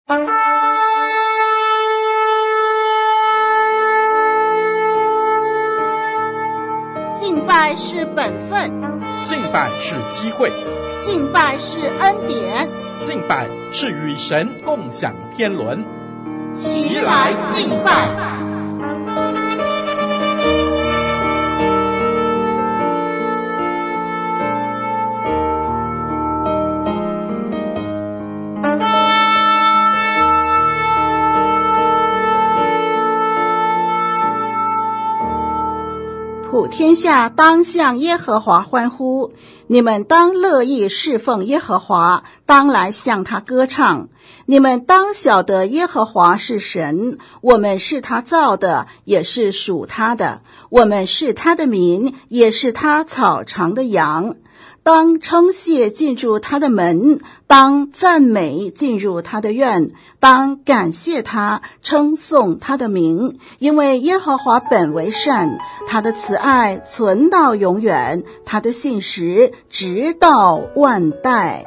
敬拜是本分， 敬拜是机会， 敬拜是恩典， 敬拜是与神共享天伦。 齐来敬拜。普天下当向耶和华欢呼，你们当乐意侍奉耶和华，当来向他歌唱。你们当晓得耶和华是神，我们是他造的，也是属他的，我们是他的民，也是他草场的羊。当称谢进入他的门，当赞美进入他的院，当感谢他，称颂他的名，因为耶和华本为善，他的慈爱存到永远，他的信实直到万代。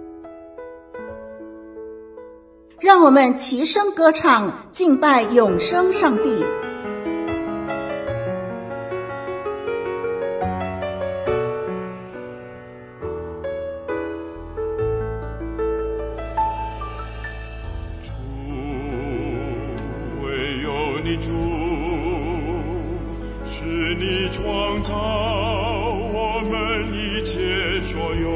让我们齐声歌唱，敬拜永生上帝。 主，是你创造我们一切所有，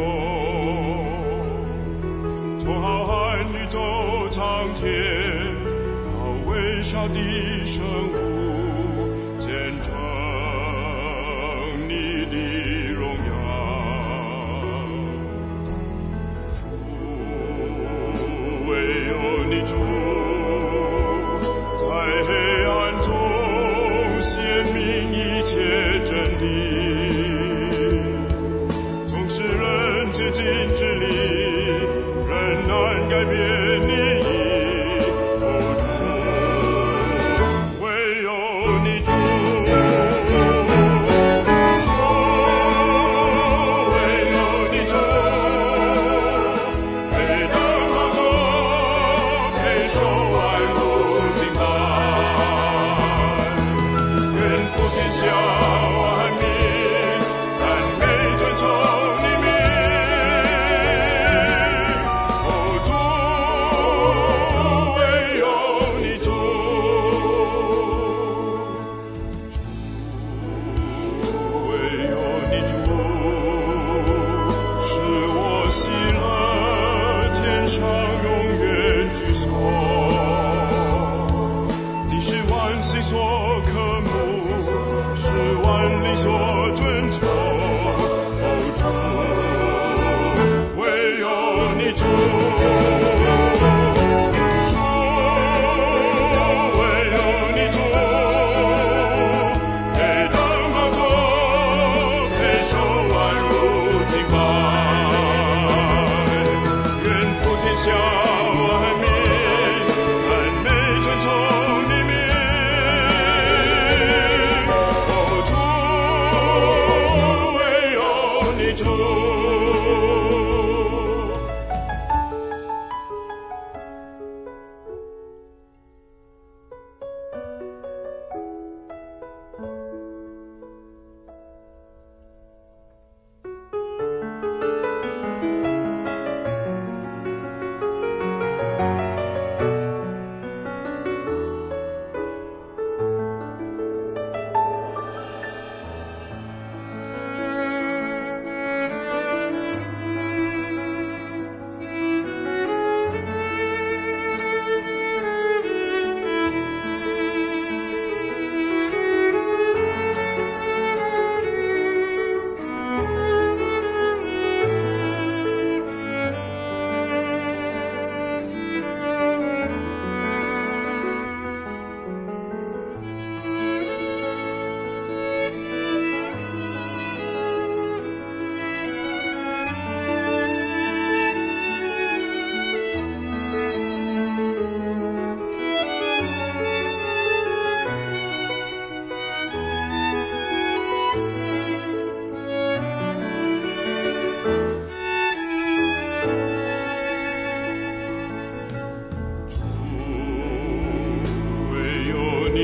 从浩瀚宇宙苍天到微小的生物，见证你的荣耀。主，唯有你主显明一切真理，纵使人竭尽之力，仍难改变你意。主，唯有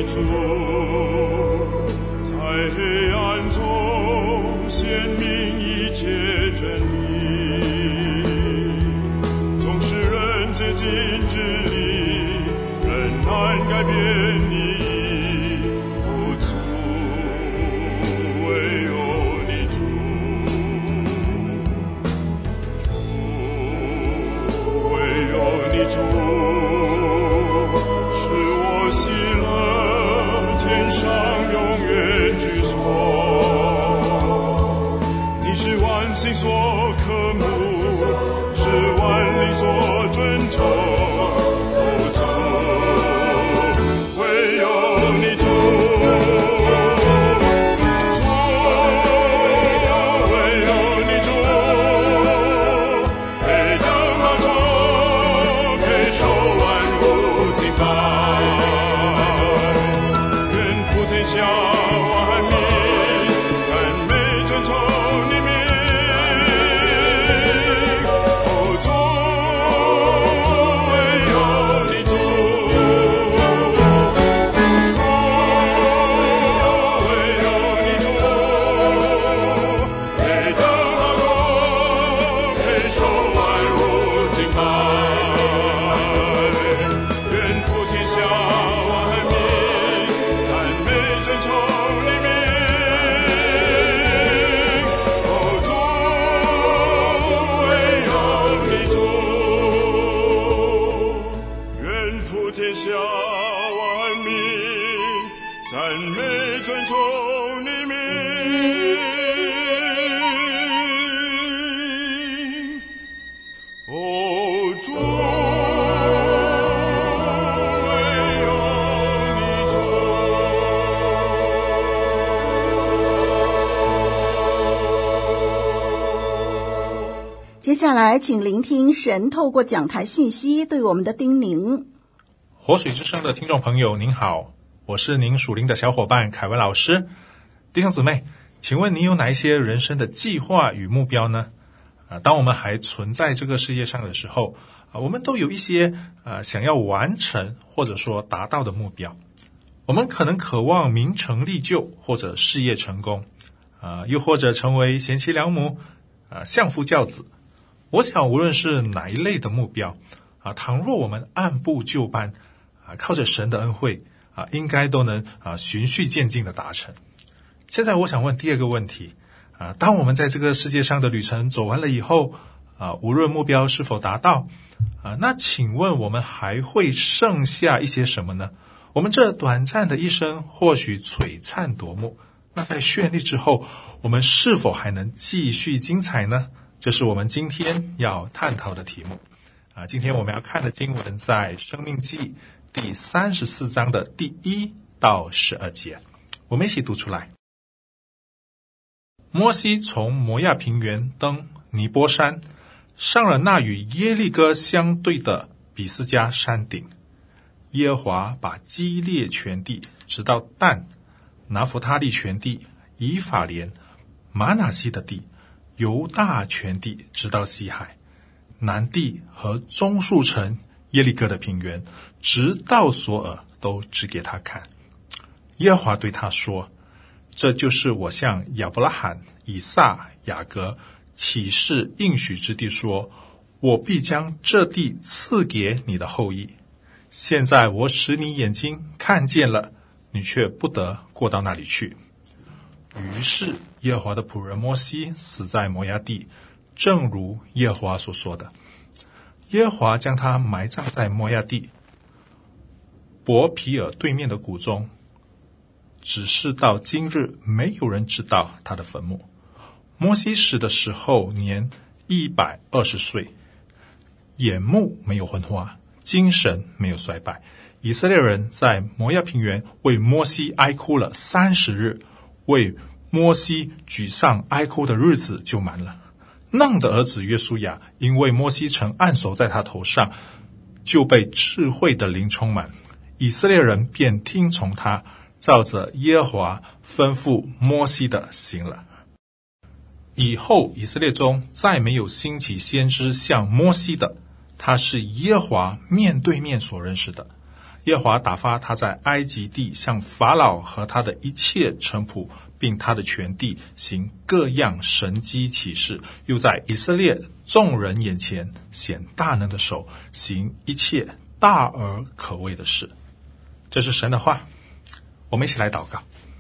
主，在黑暗中显明一切真理，纵使人竭尽之力，仍难改变你不足，唯有你主，唯有你主，使我喜乐，天上永远居所。你是万心所渴慕，是万灵所尊崇。唯有你主，唯有你主，配得宝座，配受万物敬拜。愿普天下万民赞美尊崇你名。哦，主，唯有你主，唯有你主，配得宝座，配受万物敬拜。愿普天下万民赞美尊崇你名。哦，主，唯有你主，愿普天下万民赞美尊崇你名。哦，主，唯有你主。 接下来，请聆听神透过讲台信息对我们的叮咛。 活水之声的听众朋友您好，我是您属灵的小伙伴凯文老师。弟兄姊妹，请问你有哪一些人生的计划与目标呢？当我们还存在这个世界上的时候，我们都有一些想要完成或者说达到的目标。我们可能渴望名成利就，或者事业成功，又或者成为贤妻良母，相夫教子。我想无论是哪一类的目标，倘若我们按部就班，靠着神的恩惠，应该都能循序渐进的达成。现在我想问第二个问题，当我们在这个世界上的旅程走完了以后，无论目标是否达到，那请问我们还会剩下一些什么呢？我们这短暂的一生或许璀璨夺目，那在绚丽之后，我们是否还能继续精彩呢？这是我们今天要探讨的题目。今天我们要看的经文在申命记第34章的第1到12节，我们一起读出来。摩西从摩亚平原登尼波山，上了那与耶利哥相对的比斯加山顶。耶和华把基列全地直到但、拿弗他利全地、以法莲、玛拿西的地、犹大全地直到西海，南地和棕树城耶利哥的平原，直到索尔，都指给他看。耶和华对他说：这就是我向亚伯拉罕、以撒、雅各起誓应许之地说，我必将这地赐给你的后裔。现在我使你眼睛看见了，你却不得过到那里去。于是耶和华的仆人摩西死在摩押地，正如耶和华所说的。耶和华将他埋葬在摩押地伯皮尔对面的谷中，只是到今日没有人知道他的坟墓。摩西死的时候年120岁，眼目没有昏花，精神没有衰败。以色列人在摩押平原为摩西哀哭了30日，为摩西举上哀哭的日子就满了。嫩的儿子约书亚因为摩西曾按手在他头上，就被智慧的灵充满，以色列人便听从他，照着耶和华吩咐摩西的行了。以后以色列中再没有兴起先知像摩西的，他是耶和华面对面所认识的。 耶和华打发他在埃及地向法老和他的一切臣仆并他的全地行各样神迹奇事，又在以色列众人眼前显大能的手，行一切大而可畏的事。这是神的话，我们一起来祷告。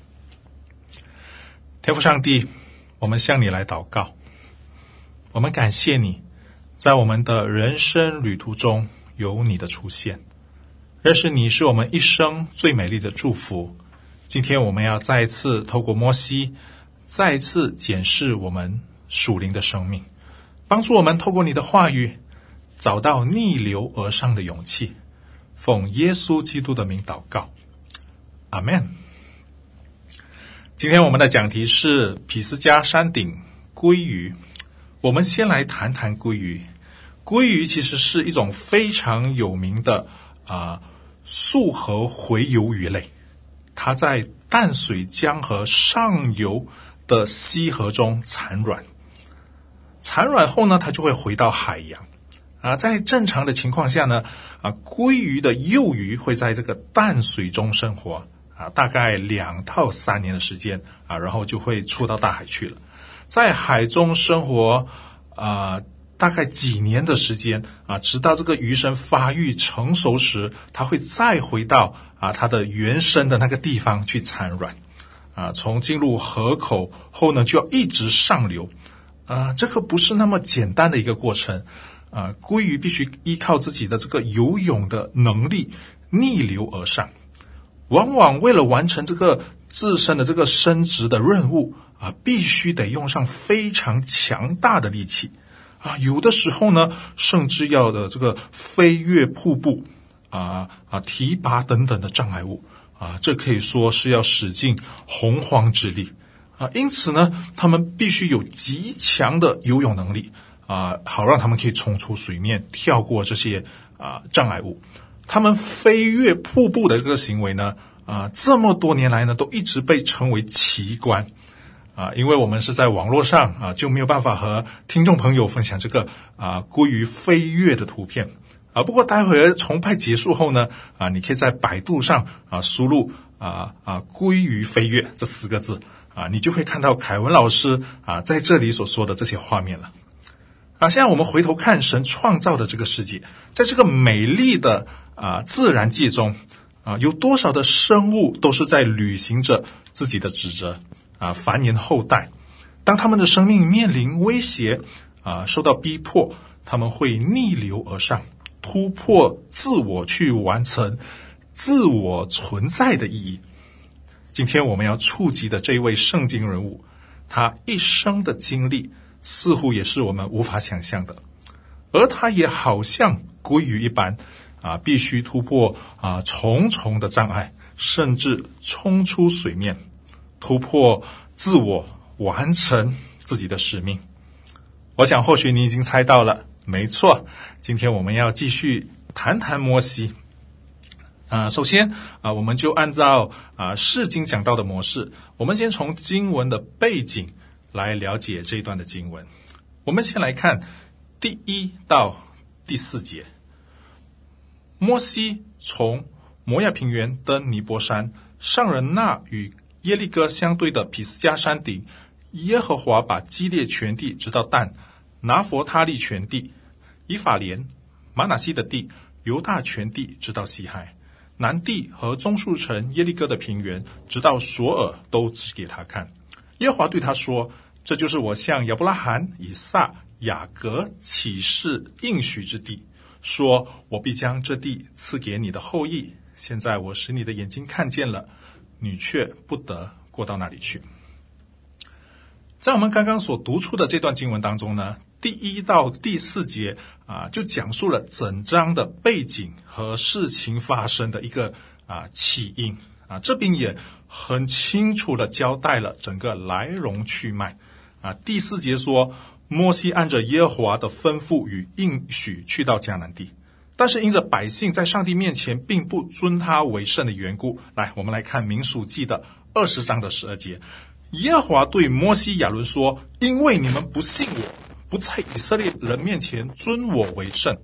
天父上帝，我们向你来祷告，我们感谢你在我们的人生旅途中有你的出现，认识你是我们一生最美丽的祝福。今天我们要再一次透过摩西，再一次检视我们属灵的生命，帮助我们透过你的话语找到逆流而上的勇气。奉耶稣基督的名祷告，阿们。今天我们的讲题是毗斯迦山顶鲑鱼。我们先来谈谈鲑鱼。鲑鱼其实是一种非常有名的素河洄游鱼类，它在淡水江河上游的溪河中产卵，产卵后呢，它就会回到海洋。在正常的情况下呢，鲑鱼的幼鱼会在这个淡水中生活，大概2到3年的时间，然后就会出到大海去了。在海中生活，大概几年的时间，直到这个鱼身发育成熟时，它会再回到它的原生的那个地方去产卵。从进入河口后呢，就要一直上流。这个不是那么简单的一个过程。鲑鱼必须依靠自己的这个游泳的能力逆流而上，往往为了完成这个自身的这个生殖的任务必须得用上非常强大的力气有的时候呢，甚至要的这个飞越瀑布提拔等等的障碍物这可以说是要使尽洪荒之力因此呢，他们必须有极强的游泳能力好让他们可以冲出水面，跳过这些障碍物。他们飞越瀑布的这个行为呢，这么多年来呢，都一直被称为奇观因为我们是在网络上就没有办法和听众朋友分享这个鲑鱼飞跃的图片不过待会儿崇拜结束后呢你可以在百度上输入鲑鱼飞跃这4个字你就会看到凯文老师在这里所说的这些画面了。现在我们回头看神创造的这个世界，在这个美丽的自然界中有多少的生物都是在履行着自己的职责繁衍后代。当他们的生命面临威胁受到逼迫，他们会逆流而上，突破自我去完成自我存在的意义。今天我们要触及的这一位圣经人物，他一生的经历似乎也是我们无法想象的，而他也好像鲑鱼一般必须突破重重的障碍，甚至冲出水面，突破自我，完成自己的使命。我想或许你已经猜到了，没错，今天我们要继续谈谈摩西。首先我们就按照释经讲到的模式，我们先从经文的背景来了解这一段的经文。我们先来看第1到第4节。摩西从摩亚平原登尼波山，上了那与耶利哥相对的毗斯迦山顶。耶和华把基列全地直到但，拿佛他利全地，以法莲、玛拿西的地，犹大全地直到西海，南地和棕树城耶利哥的平原直到索尔都指给他看。耶和华对他说，这就是我向亚伯拉罕、以撒、雅各起誓应许之地，说我必将这地赐给你的后裔。现在我使你的眼睛看见了，你却不得过到那里去。在我们刚刚所读出的这段经文当中呢，第1到第4节就讲述了整章的背景和事情发生的一个起因这边也很清楚地交代了整个来龙去脉第4节说，摩西按着耶和华的吩咐与应许去到迦南地，但是因着百姓在上帝面前并不尊他为圣的缘故。来，我们来看民数记的20章的12节。耶和华对摩西亚伦说，因为你们不信我，不在以色列人面前尊我为圣，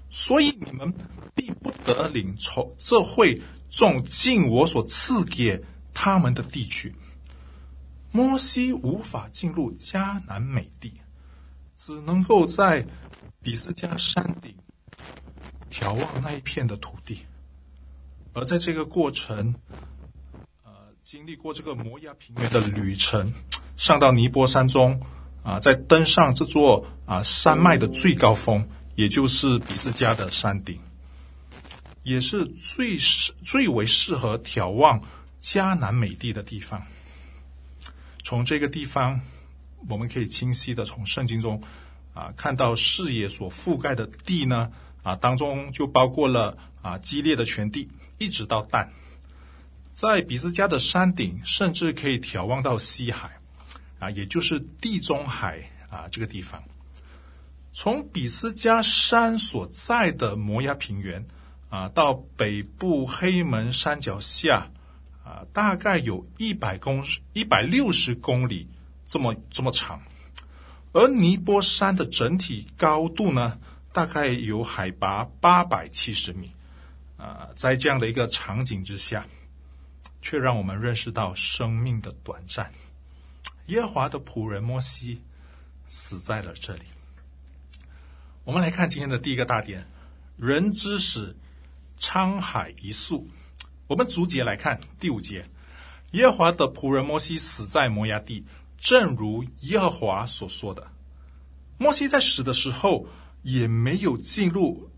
所以你们必不得领受这会众进我所赐给他们的地区。摩西无法进入迦南美地，只能够在比斯迦山顶眺望那一片的土地。而在这个过程经历过这个摩押平原的旅程，上到尼波山中再登上这座山脉的最高峰，也就是比斯迦的山顶，也是最为适合眺望迦南美地的地方。从这个地方，我们可以清晰的从圣经中看到视野所覆盖的地呢当中就包括了基列的全地，一直到但。在比斯迦的山顶，甚至可以眺望到西海也就是地中海这个地方。从比斯迦山所在的摩押平原到北部黑门山脚下大概有160公里这么长。而尼波山的整体高度呢，大概有海拔870米在这样的一个场景之下，却让我们认识到生命的短暂。耶和华的仆人摩西死在了这里。我们来看今天的第一个大点，人之死，沧海一粟。我们逐节来看第5节，耶和华的仆人摩西死在摩押地，正如耶和华所说的。摩西在死的时候也没有进入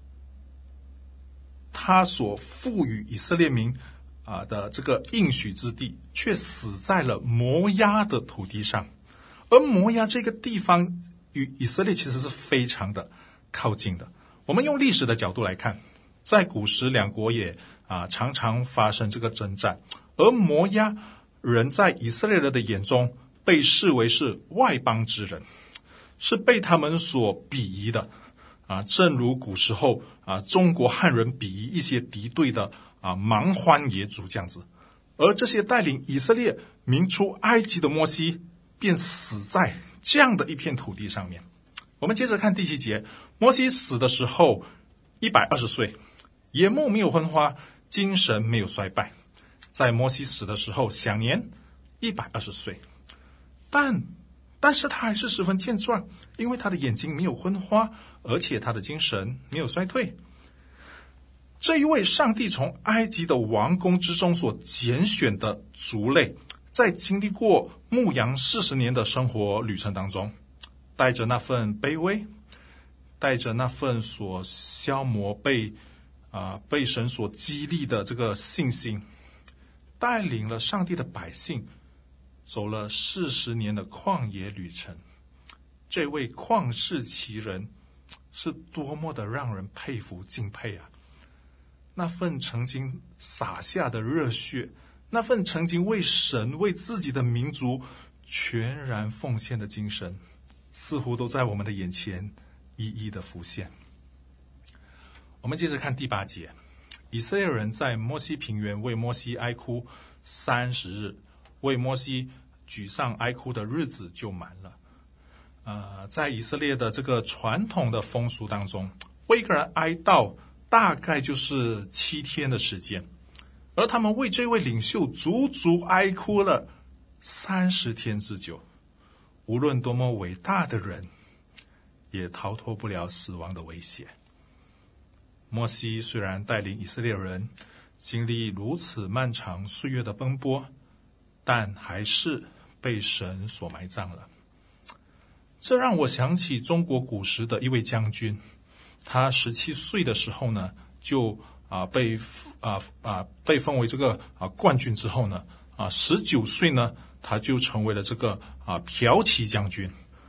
他所赋予以色列民的这个应许之地，却死在了摩押的土地上。而摩押这个地方与以色列其实是非常的靠近的。我们用历史的角度来看，在古时两国也常常发生这个征战，而摩押人在以色列人的眼中被视为是外邦之人，是被他们所鄙夷的正如古时候中国汉人鄙夷一些敌对的蛮荒野族这样子。而这些带领以色列民出埃及的摩西便死在这样的一片土地上面。我们接着看第7节，摩西死的时候120岁，眼目没有昏花，精神没有衰败。在摩西死的时候享年120岁，但是他还是十分健壮，因为他的眼睛没有昏花，而且他的精神没有衰退。这一位上帝从埃及的王宫之中所拣选的族类，在经历过牧羊40年的生活旅程当中，带着那份卑微，带着那份所消磨被神所激励的这个信心，带领了上帝的百姓走了40年的旷野旅程。这位旷世奇人是多么的让人佩服敬佩啊！那份曾经洒下的热血，那份曾经为神为自己的民族全然奉献的精神，似乎都在我们的眼前一一的浮现。我们接着看第8节，以色列人在摩西平原为摩西哀哭30日，为摩西举上哀哭的日子就满了。在以色列的这个传统的风俗当中，为一个人哀悼大概就是7天的时间，而他们为这位领袖足足哀哭了30天之久。无论多么伟大的人，也逃脱不了死亡的威胁。摩西虽然带领以色列人经历如此漫长岁月的奔波，但还是被神所埋葬了。这让我想起中国古时的一位将军，他17岁的时候呢，就被封为这个冠军之后呢，19岁呢，他就成为了这个骠骑将军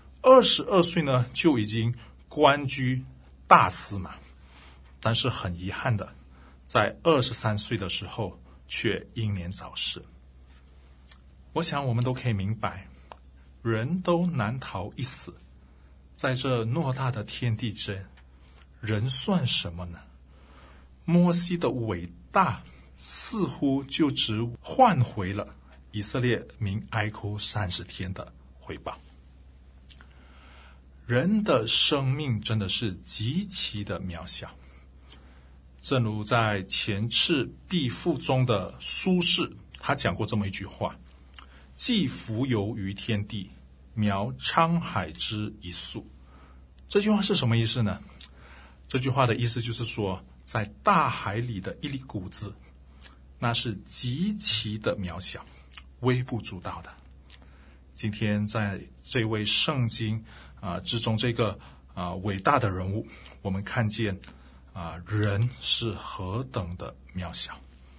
，22岁呢就已经官居大司马。但是很遗憾的，在23岁的时候却英年早逝。我想我们都可以明白，人都难逃一死，在这偌大的天地之人算什么呢？摩西的伟大似乎就只换回了以色列民哀哭30天的回报。人的生命真的是极其的渺小。 正如在《前赤壁赋》中的苏轼，他讲过这么一句话：寄蜉蝣于天地，描沧海之一粟。这句话是什么意思呢？这句话的意思就是说，在大海里的一粒谷子，那是极其的渺小，微不足道的。今天在这位圣经之中，这个伟大的人物，我们看见人是何等的渺小。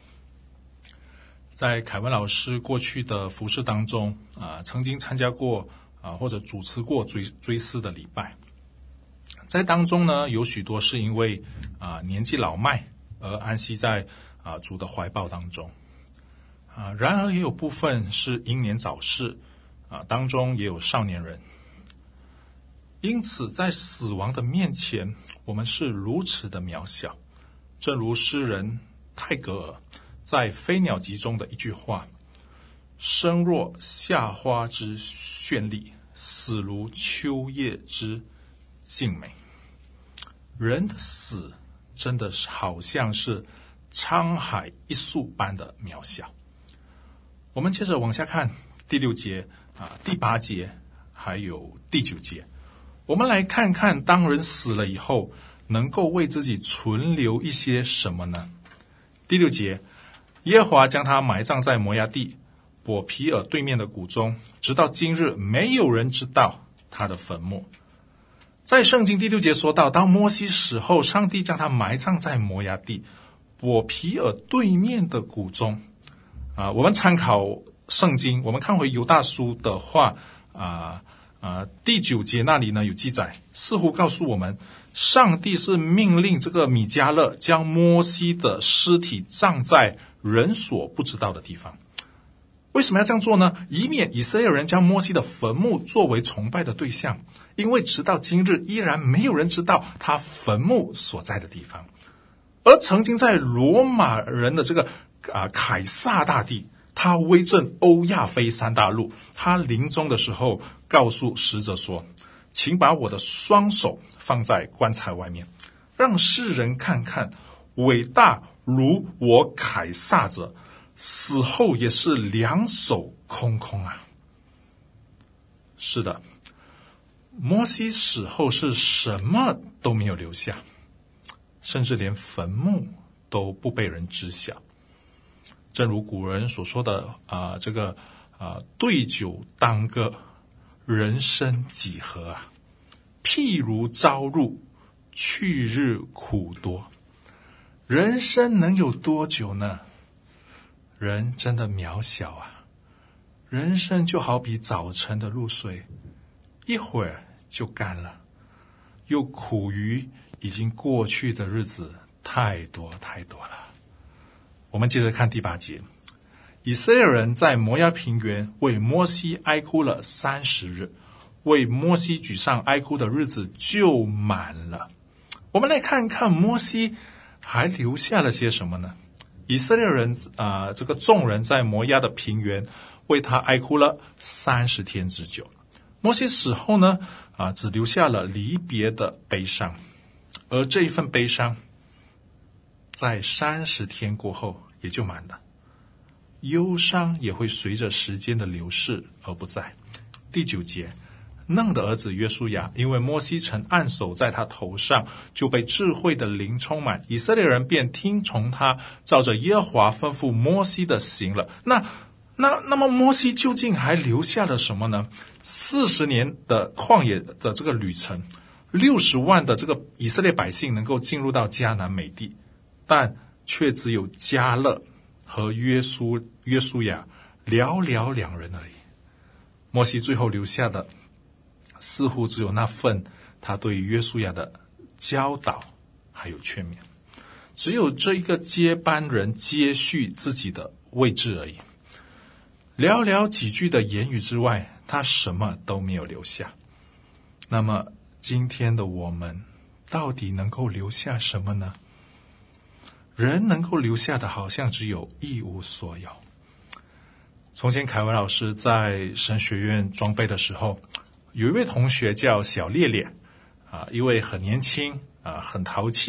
在凯文老师过去的服事当中曾经参加过或者主持过追思的礼拜，在当中呢，有许多是因为年纪老迈而安息在主的怀抱当中然而也有部分是英年早逝当中也有少年人。因此在死亡的面前，我们是如此的渺小。正如诗人泰戈尔在《飞鸟集》中的一句话：生若夏花之绚丽，死如秋叶之静美。人的死真的是好像是沧海一粟般的渺小。我们接着往下看第6节第8节还有第9节，我们来看看当人死了以后能够为自己存留一些什么呢？第6节，耶和华将他埋葬在摩押地伯毗尔对面的谷中，直到今日没有人知道他的坟墓。在圣经第6节说到，当摩西死后，上帝将他埋葬在摩押地伯毗尔对面的谷中我们参考圣经，我们看回犹大书的话第9节那里呢有记载，似乎告诉我们上帝是命令这个米迦勒将摩西的尸体葬在人所不知道的地方。为什么要这样做呢？以免以色列人将摩西的坟墓作为崇拜的对象，因为直到今日依然没有人知道他坟墓所在的地方。而曾经在罗马人的这个凯撒大帝，他威震欧亚非3大陆，他临终的时候告诉使者说，请把我的双手放在棺材外面，让世人看看伟大如我凯撒者死后也是两手空空啊。是的，摩西死后是什么都没有留下，甚至连坟墓都不被人知晓。正如古人所说的对酒当歌，人生几何啊？譬如朝露，去日苦多。人生能有多久呢？人真的渺小啊！人生就好比早晨的露水，一会儿就干了，又苦于已经过去的日子太多太多了。我们接着看第8节，以色列人在摩押平原为摩西哀哭了30日，为摩西举上哀哭的日子就满了。我们来看看摩西还留下了些什么呢？以色列人这个众人在摩押的平原为他哀哭了30天之久。摩西死后呢只留下了离别的悲伤，而这一份悲伤在30天过后也就满了，忧伤也会随着时间的流逝而不在。第9节，嫩的儿子约书亚因为摩西曾按手在他头上，就被智慧的灵充满，以色列人便听从他，照着耶和华吩咐摩西的行了。那么摩西究竟还留下了什么呢？40年的旷野的这个旅程，60万的这个以色列百姓能够进入到迦南美地，但却只有迦勒和约书亚寥寥2人而已。摩西最后留下的似乎只有那份他对约书亚的教导还有劝勉，只有这一个接班人接续自己的位置而已。寥寥几句的言语之外，他什么都没有留下。那么今天的我们到底能够留下什么呢？人能够留下的好像只有一无所有。从前凯文老师在神学院装备的时候，有一位同学叫小烈烈一位很年轻很淘气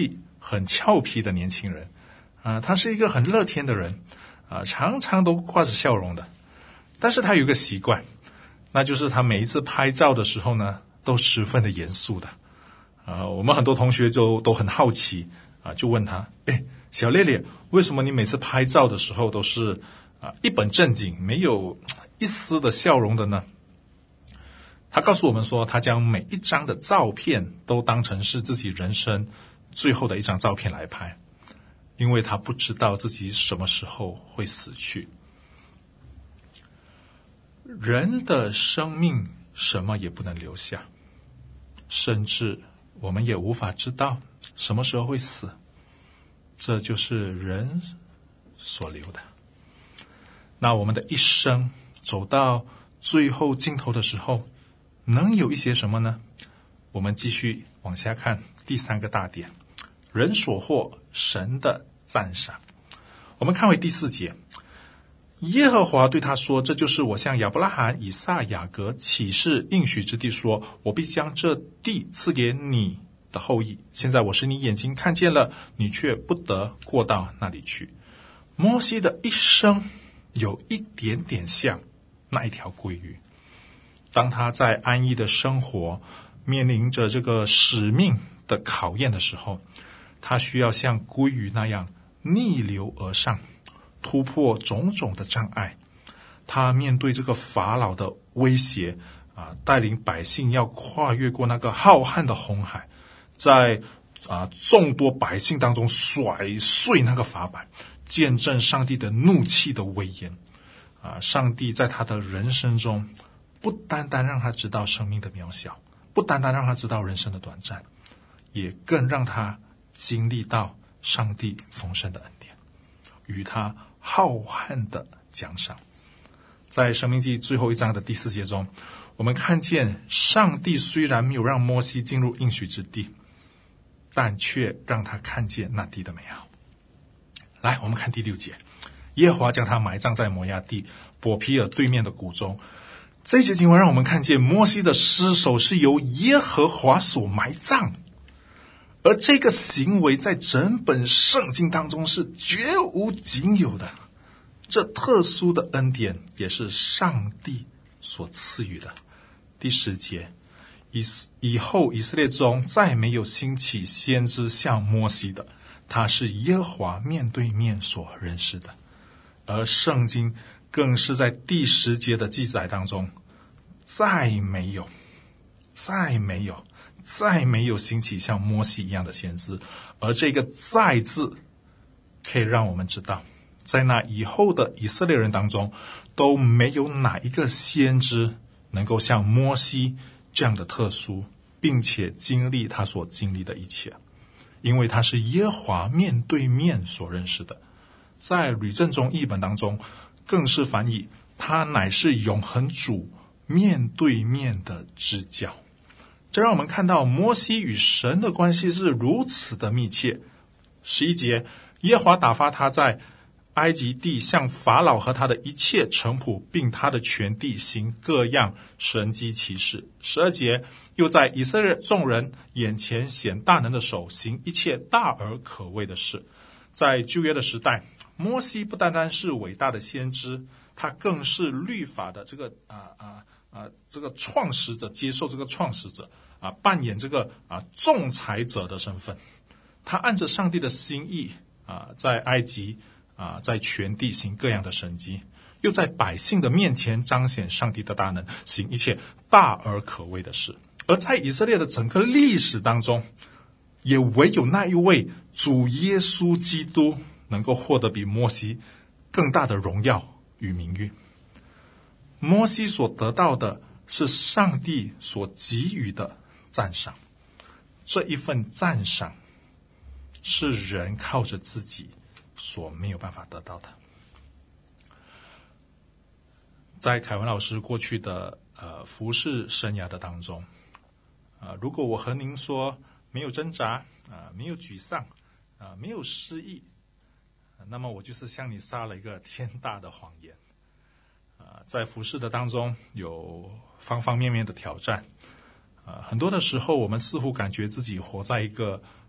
很俏皮的年轻人，他是一个很乐天的人，常常都挂着笑容的。但是他有一个习惯，那就是他每一次拍照的时候呢，都十分的严肃的。我们很多同学都很好奇，就问他，小烈烈，为什么你每次拍照的时候都是一本正经，没有一丝的笑容的呢？他告诉我们说，他将每一张的照片都当成是自己人生最后的一张照片来拍，因为他不知道自己什么时候会死去。人的生命什么也不能留下，甚至我们也无法知道什么时候会死，这就是人所留的。那我们的一生走到最后尽头的时候，能有一些什么呢？我们继续往下看第3个大点，人所获神的赞赏。我们看回第4节，耶和华对他说，这就是我向亚伯拉罕、以撒、雅各起誓应许之地，说我必将这地赐给你的后裔。现在我使你眼睛看见了，你却不得过到那里去。摩西的一生有一点点像那一条鲑鱼，当他在安逸的生活面临着这个使命的考验的时候，他需要像鲑鱼那样逆流而上，突破种种的障碍。他面对这个法老的威胁，带领百姓要跨越过那个浩瀚的红海，在众多百姓当中甩碎那个法版，见证上帝的怒气的威严。上帝在他的人生中不单单让他知道生命的渺小，不单单让他知道人生的短暂，也更让他经历到上帝丰盛的恩典与他浩瀚的奖赏。在申命记最后一章的第4节中，我们看见上帝虽然没有让摩西进入应许之地，但却让他看见那地的美好。来，我们看第6节，耶和华将他埋葬在摩押地伯毗尔对面的谷中。这一节经文让我们看见摩西的尸首是由耶和华所埋葬，而这个行为在整本圣经当中是绝无仅有的。这特殊的恩典也是上帝所赐予的。第10节，以后以色列中再没有兴起先知像摩西的，他是耶和华面对面所认识的。而圣经更是在第10节的记载当中，再没有兴起像摩西一样的先知。而这个再字可以让我们知道，在那以后的以色列人当中，都没有哪一个先知能够像摩西这样的特殊，并且经历他所经历的一切，因为他是耶和华面对面所认识的。在吕正中译本当中更是翻译，他乃是永恒主面对面的知交。这让我们看到摩西与神的关系是如此的密切。11节，耶和华打发他在埃及地向法老和他的一切臣仆并他的全地行各样神迹奇事。12节，又在以色列众人眼前显大能的手，行一切大而可畏的事。在旧约的时代，摩西不单单是伟大的先知，他更是律法的这个创始者，接受这个创始者扮演这个仲裁者的身份。他按着上帝的心意在埃及在全地行各样的神迹，又在百姓的面前彰显上帝的大能，行一切大而可畏的事。而在以色列的整个历史当中，也唯有那一位主耶稣基督能够获得比摩西更大的荣耀与名誉。摩西所得到的是上帝所给予的赞赏，这一份赞赏是人靠着自己所没有办法得到的。在凯文老师过去的服事生涯的当中，如果我和您说没有挣扎没有沮丧没有失意，那么我就是向你撒了一个天大的谎言。在服事的当中有方方面面的挑战，很多的时候我们似乎感觉自己活在一个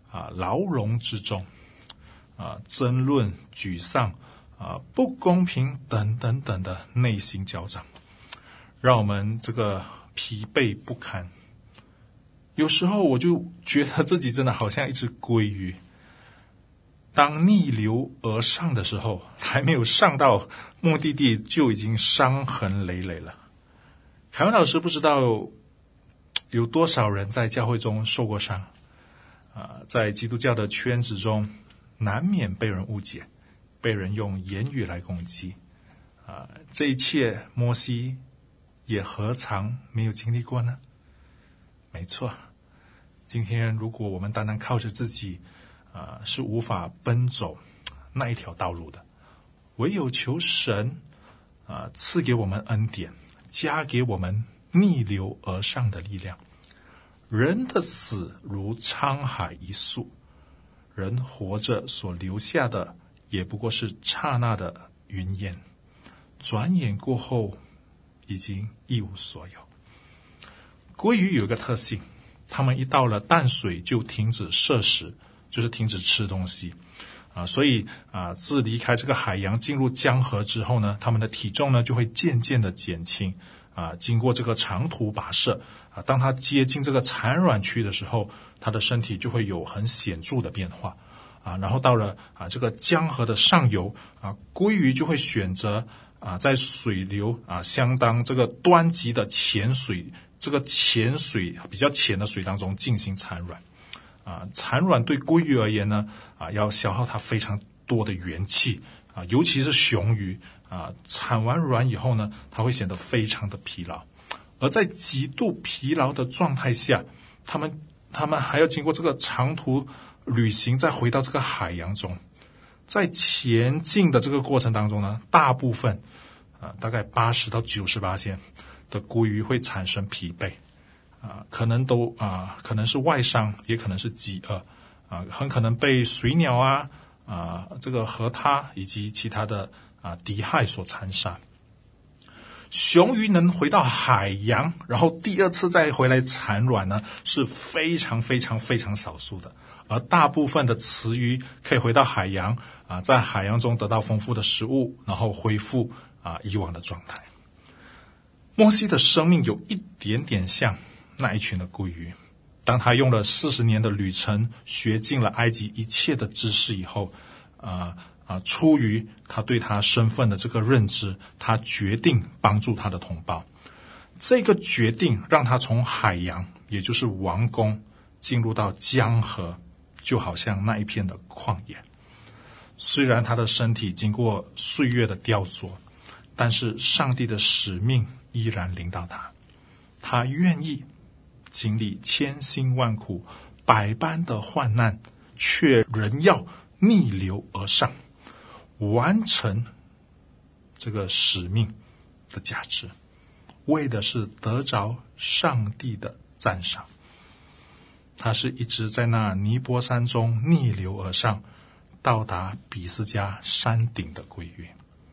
牢笼之中，争论、沮丧、不公平等等等的内心交战，让我们这个疲惫不堪。有时候我就觉得自己真的好像一只鲑鱼，当逆流而上的时候，还没有上到目的地就已经伤痕累累了。凯文老师不知道有多少人在教会中受过伤，在基督教的圈子中难免被人误解，被人用言语来攻击，这一切摩西也何尝没有经历过呢？没错，今天如果我们单单靠着自己，是无法奔走那一条道路的，唯有求神赐给我们恩典，加给我们逆流而上的力量。人的死如沧海一粟，人活着所留下的也不过是刹那的云烟，转眼过后已经一无所有。鲑鱼有一个特性，它们一到了淡水就停止摄食，就是停止吃东西所以自离开这个海洋进入江河之后呢，它们的体重呢就会渐渐的减轻经过这个长途跋涉当它接近这个产卵区的时候，它的身体就会有很显著的变化然后到了这个江河的上游鲑鱼就会选择在水流相当这个端级的浅水，这个浅水比较浅的水当中进行产卵产卵对鲑鱼而言呢要消耗它非常多的元气尤其是雄鱼产完卵以后呢，它会显得非常的疲劳，而在极度疲劳的状态下，他们还要经过这个长途旅行，再回到这个海洋中。在前进的这个过程当中呢，大部分大概80%到90%的鲑鱼会产生疲惫可能是外伤，也可能是饥饿很可能被水鸟这个河獭以及其他的敌害所残杀。雄鱼能回到海洋，然后第二次再回来产卵呢，是非常非常非常少数的。而大部分的雌鱼可以回到海洋在海洋中得到丰富的食物，然后恢复以往的状态。摩西的生命有一点点像那一群的鲑鱼，当他用了40年的旅程，学尽了埃及一切的知识以后出于他对他身份的这个认知，他决定帮助他的同胞。这个决定让他从海洋，也就是王宫，进入到江河，就好像那一片的旷野。虽然他的身体经过岁月的雕琢，但是上帝的使命依然临到他，他愿意经历千辛万苦、百般的患难，却仍要逆流而上，完成这个使命的价值，为的是得着上帝的赞赏。他是一直在那尼波山中逆流而上，到达比斯加山顶的鲑鱼。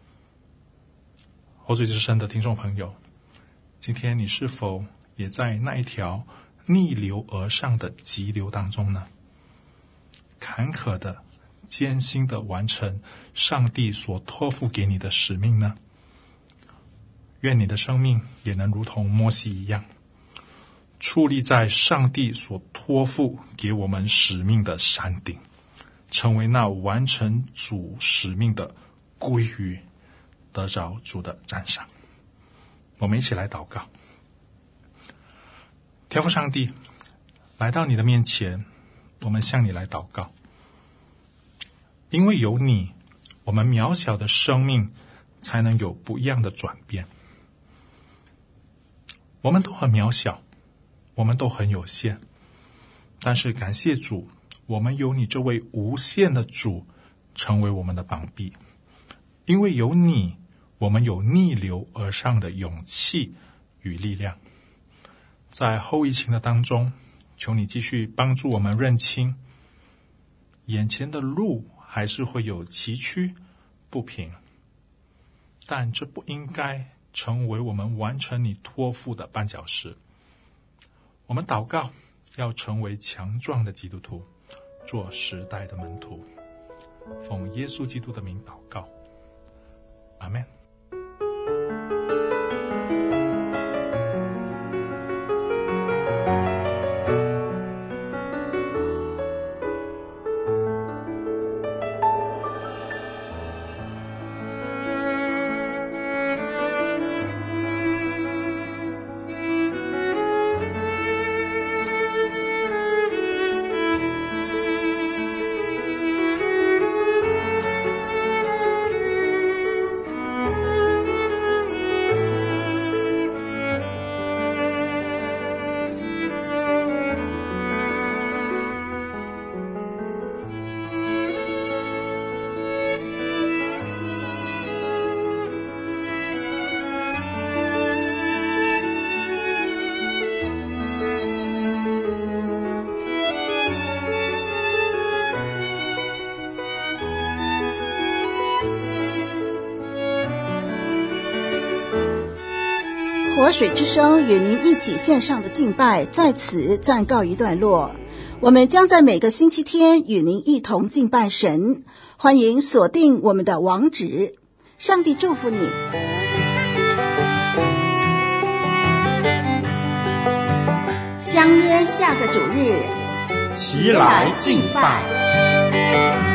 活水之声的听众朋友，今天你是否也在那一条逆流而上的急流当中呢？坎坷的艰辛的完成上帝所托付给你的使命呢？愿你的生命也能如同摩西一样，矗立在上帝所托付给我们使命的山顶，成为那完成主使命的鲑鱼，得着主的赞赏。我们一起来祷告。天父上帝，来到你的面前，我们向你来祷告。因为有你，我们渺小的生命才能有不一样的转变。我们都很渺小，我们都很有限，但是感谢主，我们有你这位无限的主成为我们的膀臂。因为有你，我们有逆流而上的勇气与力量。在后疫情的当中，求你继续帮助我们认清，眼前的路还是会有崎岖不平，但这不应该成为我们完成你托付的绊脚石。我们祷告要成为强壮的基督徒， 做时代的门徒。奉耶稣基督的名祷告，阿们。 活水之声与您一起线上的敬拜在此暂告一段落，我们将在每个星期天与您一同敬拜神，欢迎锁定我们的网址。上帝祝福你。相约下个主日， 齐来敬拜。